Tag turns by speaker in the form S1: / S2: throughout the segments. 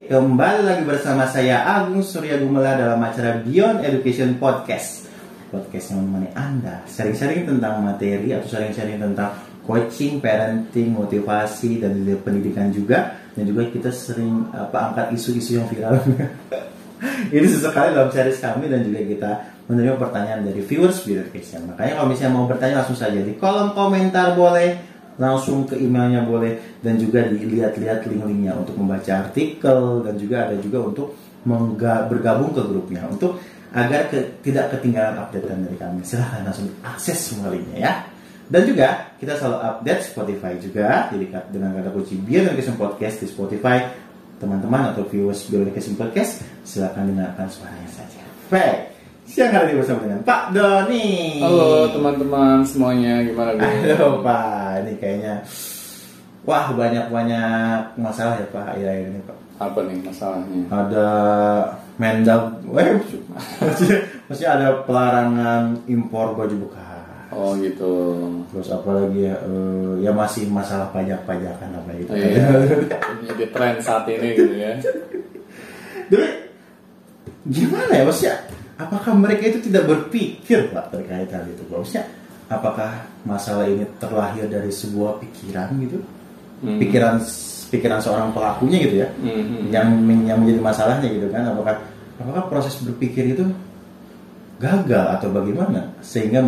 S1: Kembali lagi bersama saya Agung Surya Gumela dalam acara Beyond Education Podcast. Podcast yang menemani Anda sharing-sharing tentang materi atau sharing-sharing tentang coaching, parenting, motivasi, dan juga pendidikan juga. Dan juga kita sering angkat isu-isu yang viral. Ini sesekali dalam series kami, dan juga kita menerima pertanyaan dari viewers Beyond Education. Makanya kalau misalnya mau bertanya langsung saja di kolom komentar boleh, langsung ke emailnya boleh, dan juga dilihat-lihat link-linknya untuk membaca artikel, dan juga ada juga untuk bergabung ke grupnya untuk agar tidak ketinggalan updatean dari kami. Silahkan langsung akses semua linknya ya. Dan juga kita selalu update Spotify juga, jadi dengan kata kunci Beyond Education Podcast di Spotify. Teman-teman atau viewers Beyond Education Podcast, silahkan dengarkan suaranya saja. Baik. Siang hari ini bersama dengan Pak Doni.
S2: Halo teman-teman semuanya, gimana nih?
S1: Halo Pak, ini kayaknya banyak masalah ya Pak akhir-akhir ini Pak.
S2: Apa nih masalahnya?
S1: Ada Mendag, maksudnya ada pelarangan impor baju bekas.
S2: Oh gitu.
S1: Terus apa lagi ya masih masalah pajak-pajakan apa itu.
S2: Iya. Jadi tren saat ini gitu ya.
S1: Jadi gimana ya maksudnya? Apakah mereka itu tidak berpikir Pak terkait hal itu? Maksudnya apakah masalah ini terlahir dari sebuah pikiran gitu? Pikiran seorang pelakunya gitu ya? Yang menjadi masalahnya gitu kan? Apakah proses berpikir itu gagal atau bagaimana sehingga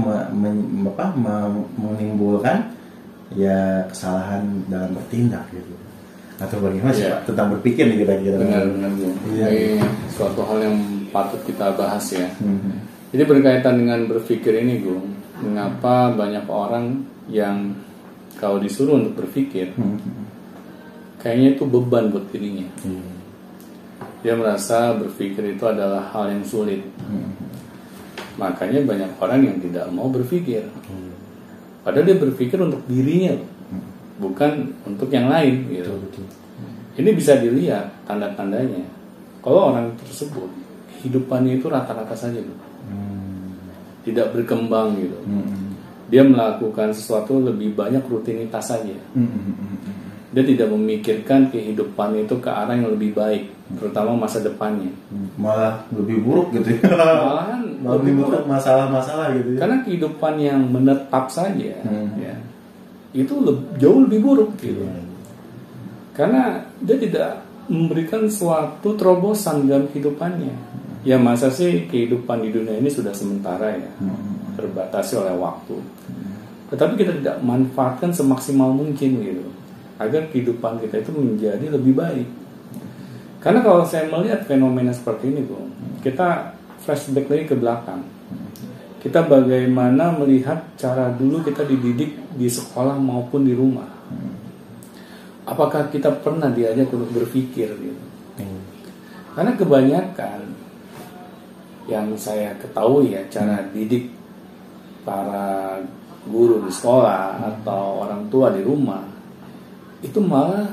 S1: menimbulkan ya kesalahan dalam bertindak gitu? Atau bagaimana sih Pak tentang berpikir nih kira-kira?
S2: Benar. Iya. Ini suatu hal yang patut kita bahas ya. Jadi berkaitan dengan berpikir ini, Gung, mengapa banyak orang yang kalau disuruh untuk berpikir, kayaknya itu beban buat dirinya. Dia merasa berpikir itu adalah hal yang sulit. Makanya banyak orang yang tidak mau berpikir. Padahal dia berpikir untuk dirinya, bukan untuk yang lain. Gitu.
S1: Betul.
S2: Ini bisa dilihat tanda-tandanya. Kalau orang tersebut hidupannya itu rata-rata saja, tidak berkembang gitu. Dia melakukan sesuatu lebih banyak rutinitas saja. Dia tidak memikirkan kehidupan itu ke arah yang lebih baik, terutama masa depannya.
S1: Malah lebih buruk gitu ya.
S2: Malahan
S1: lebih buruk masalah-masalah gitu ya.
S2: Karena kehidupan yang menetap saja, ya, itu jauh lebih buruk gitu. Karena dia tidak memberikan suatu terobosan dalam kehidupannya. Ya masa sih kehidupan di dunia ini sudah sementara ya, terbatasi oleh waktu. Tetapi kita tidak manfaatkan semaksimal mungkin gitu, agar kehidupan kita itu menjadi lebih baik. Karena kalau saya melihat fenomena seperti ini, Bung, kita flashback lagi ke belakang. Kita bagaimana melihat cara dulu kita dididik di sekolah maupun di rumah. Apakah kita pernah diajak untuk berpikir gitu? Karena kebanyakan yang saya ketahui ya, cara didik para guru di sekolah atau orang tua di rumah itu malah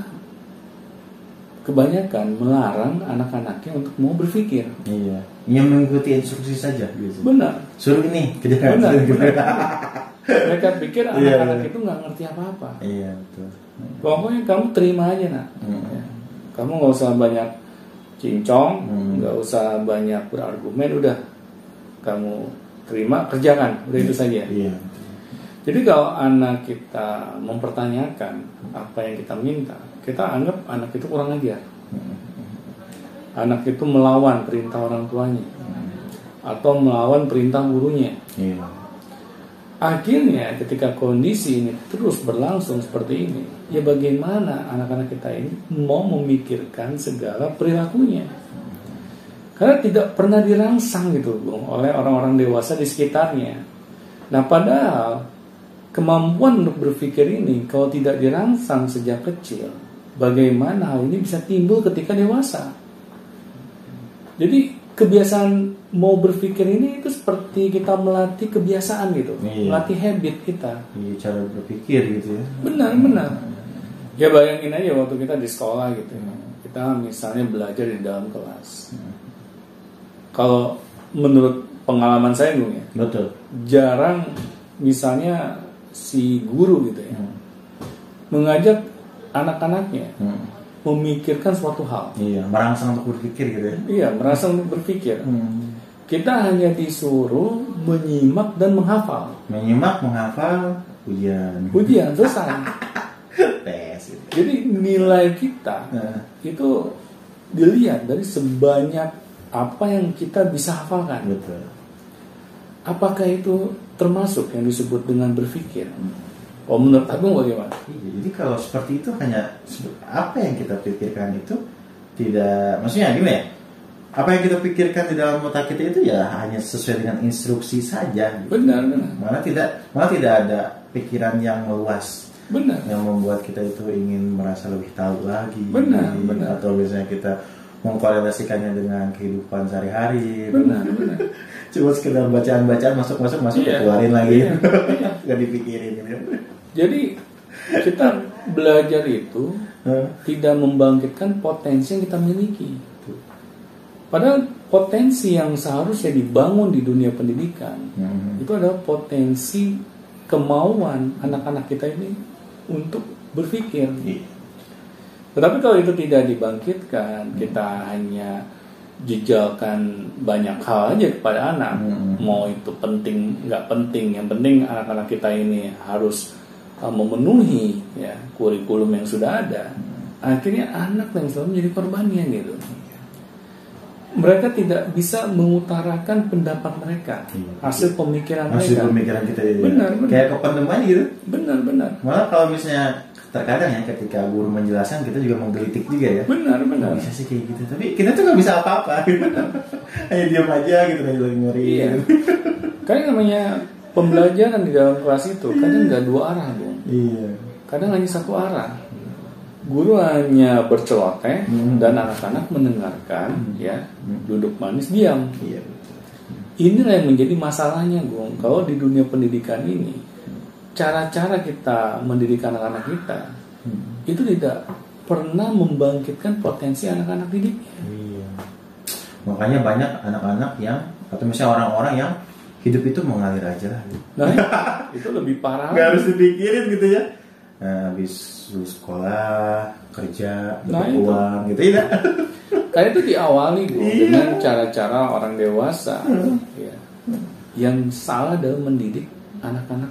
S2: kebanyakan melarang anak-anaknya untuk mau berpikir.
S1: Iya, yang mengikuti instruksi saja gitu.
S2: Benar.
S1: Suruh ini kerjakan.
S2: Benar. Mereka pikir anak-anak itu nggak ngerti apa-apa.
S1: Iya betul.
S2: Pokoknya kamu terima aja nak. Kamu nggak usah banyak cincong, nggak usah banyak berargumen, udah kamu terima, kerjakan, udah itu saja.
S1: Iya.
S2: Jadi kalau anak kita mempertanyakan apa yang kita minta, kita anggap anak itu kurang ajar. Anak itu melawan perintah orang tuanya atau melawan perintah gurunya.
S1: Iya.
S2: Akhirnya ketika kondisi ini terus berlangsung seperti ini, ya bagaimana anak-anak kita ini mau memikirkan segala perilakunya? Karena tidak pernah dirangsang gitu Bung, oleh orang-orang dewasa di sekitarnya. Nah padahal kemampuan untuk berpikir ini kalau tidak dirangsang sejak kecil, bagaimana hal ini bisa timbul ketika dewasa? Jadi kebiasaan mau berpikir ini itu seperti kita melatih kebiasaan gitu, melatih habit kita.
S1: Iya, cara berpikir gitu ya.
S2: Benar. Ya bayangin aja waktu kita di sekolah gitu, kita misalnya belajar di dalam kelas. Kalau menurut pengalaman saya Bung ya,
S1: Betul.
S2: jarang misalnya si guru gitu ya mengajak anak-anaknya memikirkan suatu hal.
S1: Iya, merangsang untuk berpikir gitu ya.
S2: Iya, merangsang untuk berpikir. Kita hanya disuruh menyimak dan menghafal.
S1: Menyimak, menghafal, ujian.
S2: Ujian selesai.
S1: Tes. Gitu.
S2: Jadi nilai kita itu dilihat dari sebanyak apa yang kita bisa hafalkan.
S1: Betul.
S2: Apakah itu termasuk yang disebut dengan berpikir? Oh, menurut Agung bagaimana?
S1: Iya, jadi kalau seperti itu hanya apa yang kita pikirkan itu tidak, maksudnya gimana ya? Apa yang kita pikirkan di dalam otak kita itu ya hanya sesuai dengan instruksi saja. Gitu.
S2: Benar.
S1: Malah tidak ada pikiran yang meluas.
S2: Benar.
S1: Yang membuat kita itu ingin merasa lebih tahu lagi.
S2: Benar.
S1: Atau biasanya kita mengkorelasikannya dengan kehidupan sehari-hari.
S2: Benar.
S1: Cuma sekedar bacaan masuk keluarin lagi. Gak dipikirin gitu.
S2: Jadi kita belajar itu tidak membangkitkan potensi yang kita miliki. Padahal potensi yang seharusnya dibangun di dunia pendidikan itu adalah potensi kemauan anak-anak kita ini untuk berpikir. Tetapi kalau itu tidak dibangkitkan, kita hanya jejalkan banyak hal aja kepada anak. Mau itu penting nggak penting, yang penting anak-anak kita ini harus memenuhi ya kurikulum yang sudah ada. Akhirnya anak yang selalu menjadi korbannya gitu. Mereka tidak bisa mengutarakan pendapat mereka, hasil pemikiran mereka.
S1: Hasil pemikiran kita ya.
S2: Benar.
S1: Kayak kependem aja gitu.
S2: Benar.
S1: Malah kalau misalnya terkadang ya ketika guru menjelaskan kita juga menggelitik juga ya.
S2: Benar.
S1: Bisa sih kayak gitu, tapi kita tuh nggak bisa apa-apa. Hanya diam aja gitu, lagi ngeri.
S2: Iya. Karena namanya pembelajaran di dalam kelas itu kadang nggak dua arah, Bung.
S1: Iya.
S2: Kadang hanya satu arah. Guru hanya berceloteh dan anak-anak mendengarkan, duduk manis diam.
S1: Iya.
S2: Inilah yang menjadi masalahnya, Bung. Kalau di dunia pendidikan ini, cara-cara kita mendidik anak-anak kita itu tidak pernah membangkitkan potensi anak-anak didiknya.
S1: Iya. Makanya banyak anak-anak yang atau misalnya orang-orang yang hidup itu mengalir aja lah.
S2: Nah, itu lebih parah.
S1: Gak harus dipikirin gitu ya. Nah, habis lulus sekolah, kerja, dapat uang gitu ya.
S2: Kayak itu diawali dengan cara-cara orang dewasa yang salah dalam mendidik anak-anak.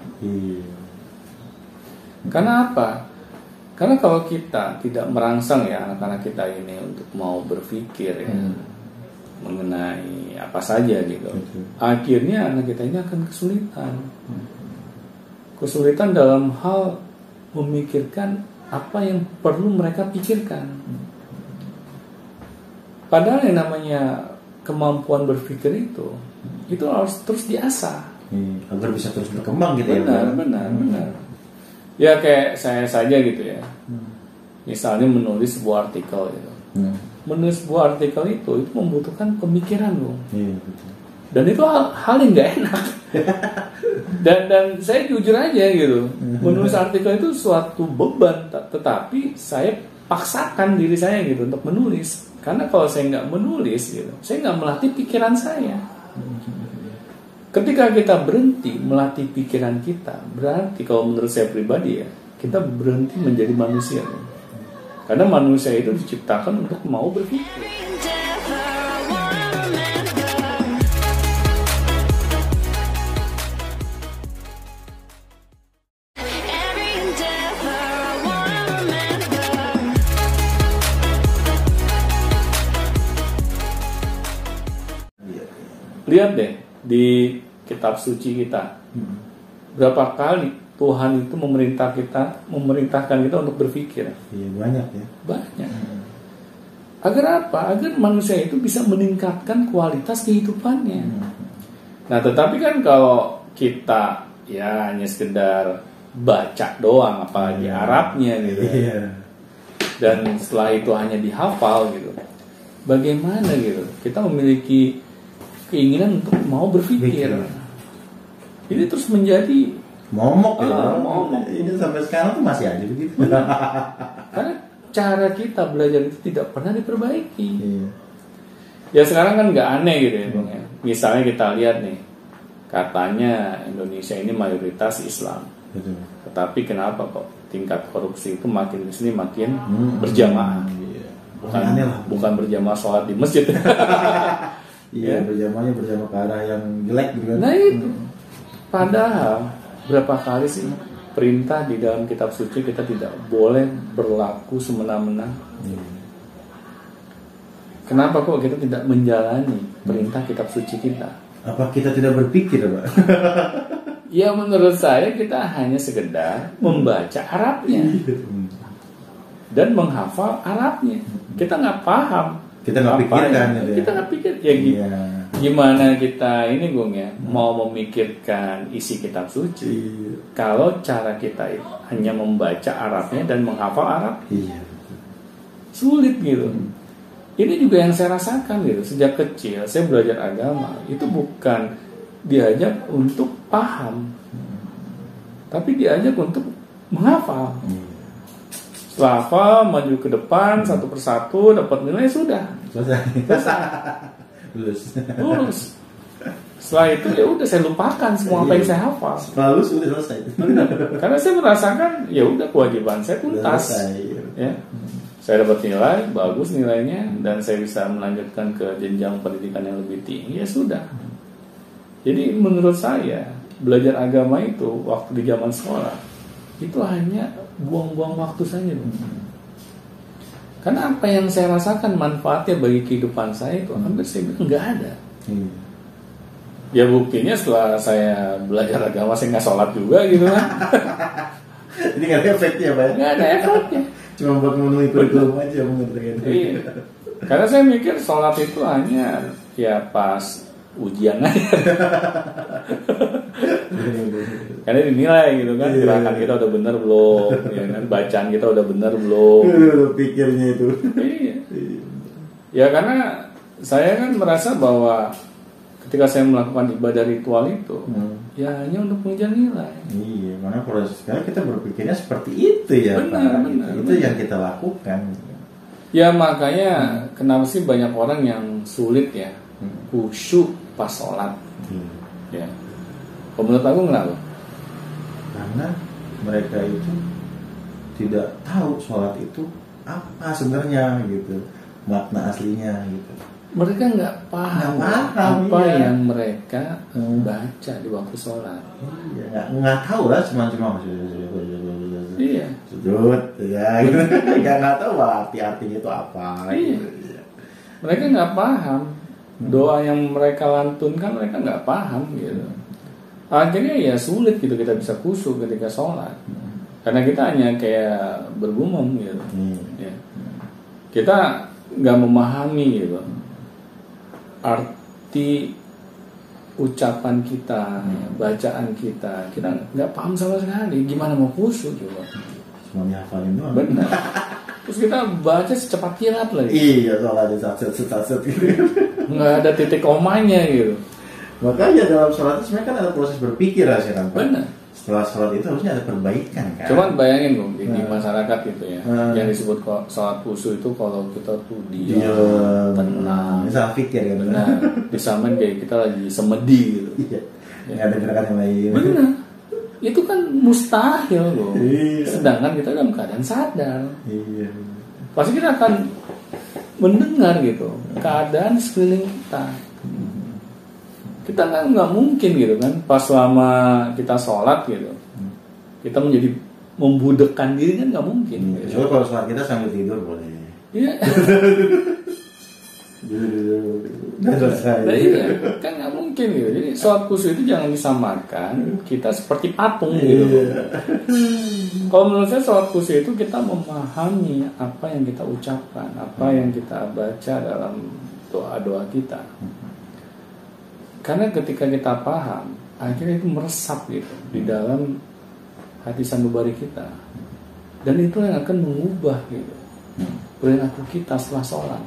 S2: Karena apa? Karena kalau kita tidak merangsang ya anak-anak kita ini untuk mau berpikir mengenai apa saja gitu, akhirnya anak kita ini akan kesulitan dalam hal memikirkan apa yang perlu mereka pikirkan. Padahal yang namanya kemampuan berpikir itu harus terus diasah
S1: agar bisa terus berkembang gitu.
S2: Benar. Ya kayak saya saja gitu ya. Misalnya menulis sebuah artikel gitu. Menulis sebuah artikel itu membutuhkan pemikiran loh.
S1: Iya, betul.
S2: Dan itu hal yang nggak enak. dan saya jujur aja gitu, menulis artikel itu suatu beban, tetapi saya paksakan diri saya gitu untuk menulis. Karena kalau saya nggak menulis gitu, saya nggak melatih pikiran saya. Ketika kita berhenti melatih pikiran kita, berarti kalau menurut saya pribadi ya, kita berhenti menjadi manusia. Karena manusia itu diciptakan untuk mau berpikir. Lihat deh di kitab suci kita, berapa kali Tuhan itu memerintahkan kita untuk berpikir.
S1: Iya, banyak ya.
S2: Banyak. Agar apa? Agar manusia itu bisa meningkatkan kualitas kehidupannya. Nah, tetapi kan kalau kita ya hanya sekedar baca doang, apalagi Arabnya gitu.
S1: Iya.
S2: Dan setelah itu hanya dihafal gitu. Bagaimana gitu? Kita memiliki keinginan untuk mau berpikir. Ini terus menjadi
S1: momok ya.
S2: Momok.
S1: Ini sampai sekarang tuh masih aja begitu.
S2: Karena cara kita belajar itu tidak pernah diperbaiki.
S1: Iya.
S2: Ya sekarang kan nggak aneh gitu ya, Bang ya. Misalnya kita lihat nih, katanya Indonesia ini mayoritas Islam.
S1: Betul.
S2: Tetapi kenapa kok tingkat korupsi itu makin kesini makin berjamaah?
S1: Iya.
S2: bukan berjamaah sholat di masjid.
S1: Iya, berjamaah ke arah yang jelek gitu kan.
S2: Nah itu. Padahal berapa kali sih perintah di dalam kitab suci kita tidak boleh berlaku semena-mena. Kenapa kok kita tidak menjalani perintah kitab suci kita?
S1: Apa kita tidak berpikir, Pak?
S2: Ya menurut saya kita hanya sekedar membaca Arabnya dan menghafal Arabnya. Kita nggak paham.
S1: Kita nggak pikirkan.
S2: Kita nggak pikir. Ya gimana kita ini Gung ya mau memikirkan isi kitab suci kalau cara kita hanya membaca Arabnya dan menghafal Arab. Sulit gitu. Ini juga yang saya rasakan gitu. Sejak kecil saya belajar agama itu bukan diajak untuk paham, tapi diajak untuk menghafal. Setelah hafal, maju ke depan satu persatu, dapat nilai sudah. Selesai. Lulus. Setelah itu ya udah saya lupakan semua apa yang saya hafal.
S1: Lalu sudah selesai.
S2: Karena saya merasakan ya udah kewajiban saya tuntas. Ya. Saya dapat nilai, bagus nilainya, dan saya bisa melanjutkan ke jenjang pendidikan yang lebih tinggi, ya sudah. Jadi menurut saya, belajar agama itu, waktu di zaman sekolah, itu hanya buang-buang waktu saja. Karena apa yang saya rasakan manfaatnya bagi kehidupan saya itu, hampir saya bilang nggak ada. Ya buktinya setelah saya belajar agama, saya nggak sholat juga gitu kan.
S1: Jadi nggak ada efeknya, Pak?
S2: Nggak ada efeknya.
S1: Cuma buat memenuhi kurikulum aja mungkin.
S2: Iya. Karena saya mikir sholat itu hanya ya pas ujian aja. Karena dinilai gitu kan, gerakan kita udah benar belum, ya kan, bacaan kita udah benar belum.
S1: Pikirnya itu.
S2: Iya. Ya karena saya kan merasa bahwa ketika saya melakukan ibadah ritual itu, ya hanya untuk mengejar nilai.
S1: Iya, karena proses sekarang kita berpikirnya seperti itu ya, benar, itu yang kita lakukan.
S2: Ya makanya kenapa sih banyak orang yang sulit ya khusyuk pas sholat. Ya. Menurut aku kenapa?
S1: Karena mereka itu tidak tahu sholat itu apa sebenarnya gitu, makna aslinya gitu.
S2: Mereka nggak paham apa yang mereka baca di waktu sholat.
S1: Iya, nggak tahu lah, cuma
S2: iya,
S1: sujud, ya gitu. nggak tahu arti-artinya itu apa.
S2: Iya.
S1: Gitu.
S2: Mereka nggak paham doa yang mereka lantunkan, mereka nggak paham gitu. Akhirnya ya sulit gitu kita bisa khusyuk ketika sholat, karena kita hanya kayak bergumam gitu. Ya. Kita nggak memahami gitu arti ucapan kita, bacaan kita nggak paham sama sekali. Gimana mau khusyuk coba?
S1: Semuanya hafalin doang.
S2: Benar. Terus kita baca secepat kilat lagi.
S1: Iya, soalnya satset gitu.
S2: Nggak ada titik komanya gitu.
S1: Makanya dalam sholat itu sebenarnya kan ada proses berpikir lah sekarang.
S2: Benar.
S1: Setelah sholat itu harusnya ada perbaikan kan.
S2: Cuman bayangin dong di masyarakat gitu ya, yang disebut sholat khusyuk itu kalau kita tuh diam, tenang,
S1: bisa pikir kan.
S2: Benar. Disamain kayak kita lagi semedi gitu.
S1: Iya. Nggak ada gerakan yang lain.
S2: Benar. Itu kan mustahil loh.
S1: Iya.
S2: Sedangkan kita dalam keadaan sadar.
S1: Iya.
S2: Pasti kita akan mendengar gitu keadaan sekeliling kita. Kita nggak mungkin gitu kan pas selama kita sholat gitu kita menjadi membudekkan diri kan nggak mungkin.
S1: Gitu. Kalau sholat kita sambil tidur boleh.
S2: Iya. Iya kan nggak mungkin gitu. Jadi sholat khusyuk itu jangan disamakan kita seperti patung gitu. Kalau menurut saya sholat khusyuk itu kita memahami apa yang kita ucapkan, apa yang kita baca dalam doa-doa kita. Karena ketika kita paham, akhirnya itu meresap gitu di dalam hati sanubari kita, dan itu yang akan mengubah gitu perilaku kita setelah sholat.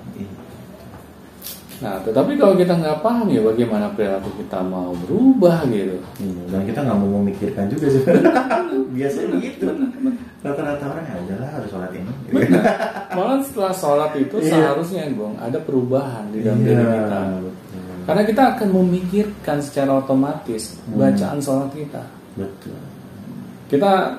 S2: Nah, tetapi kalau kita nggak paham ya bagaimana perilaku kita mau berubah gitu.
S1: Dan kita nggak mau memikirkan juga sih. Biasanya begitu. Rata-rata orang ya udahlah harus sholat ini.
S2: Benar. Malah setelah sholat itu seharusnya ada perubahan di dalam diri kita. Karena kita akan memikirkan secara otomatis bacaan sholat kita.
S1: Betul.
S2: Kita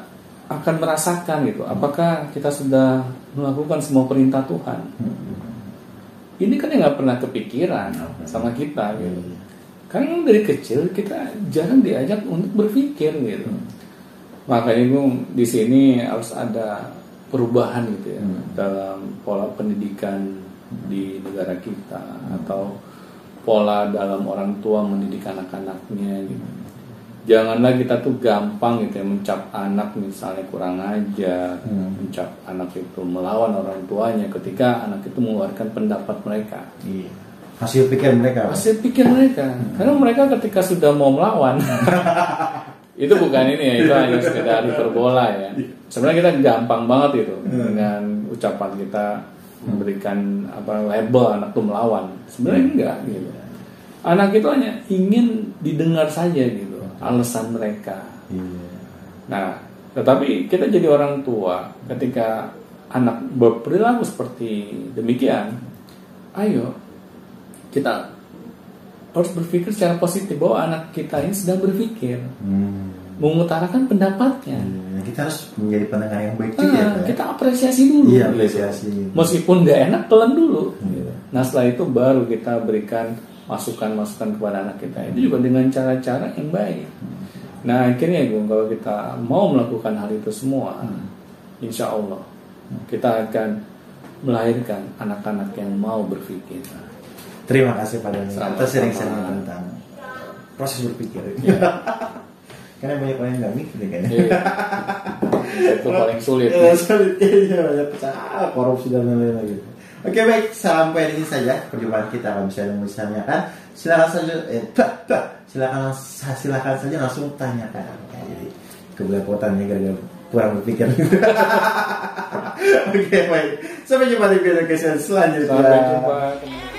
S2: akan merasakan gitu, apakah kita sudah melakukan semua perintah Tuhan. Ini kan yang nggak pernah kepikiran sama kita gitu. Karena dari kecil kita jarang diajak untuk berpikir gitu. Makanya gue di sini harus ada perubahan gitu ya dalam pola pendidikan di negara kita, atau pola dalam orang tua mendidik anak-anaknya gitu. Janganlah kita tuh gampang gitu ya mencap anak misalnya kurang ajar, mencap anak itu melawan orang tuanya ketika anak itu mengeluarkan pendapat mereka.
S1: Iya. Hasil pikir mereka.
S2: Karena mereka ketika sudah mau melawan itu bukan ini ya, itu hanya sekedar hiperbola ya. Sebenarnya kita gampang banget itu dengan ucapan kita memberikan label anak itu melawan. Sebenarnya enggak gitu. Anak itu hanya ingin didengar saja gitu alasan mereka. Nah, tetapi kita jadi orang tua ketika anak berperilaku seperti demikian, ayo kita harus berpikir secara positif bahwa anak kita ini sedang berpikir, mengutarakan pendapatnya.
S1: Kita harus menjadi pendengar yang baik juga.
S2: Kita apresiasi dulu.
S1: Iya, apresiasi.
S2: Gitu. Meskipun gak enak, telan dulu. Nah, setelah itu baru kita berikan masukan-masukan kepada anak kita. Itu juga dengan cara-cara yang baik. Nah, akhirnya kalau kita mau melakukan hal itu semua, insya Allah kita akan melahirkan anak-anak yang mau berpikir.
S1: Terima kasih Pak Dani atas sharing-sharing tentang proses berpikir. Karena banyak orang yang nggak mikir kan.
S2: Itu paling sulit.
S1: Sulit ya, banyak pecah korupsi dan lain-lain lagi. Oke, baik, sampai di sini saja perjumpaan kita. Kalau misalnya kan silakan saja langsung tanyakan. Jadi kebelepotannya gara-gara kurang berpikir. Oke, baik. Sampai jumpa di video selanjutnya.
S2: Sampai jumpa.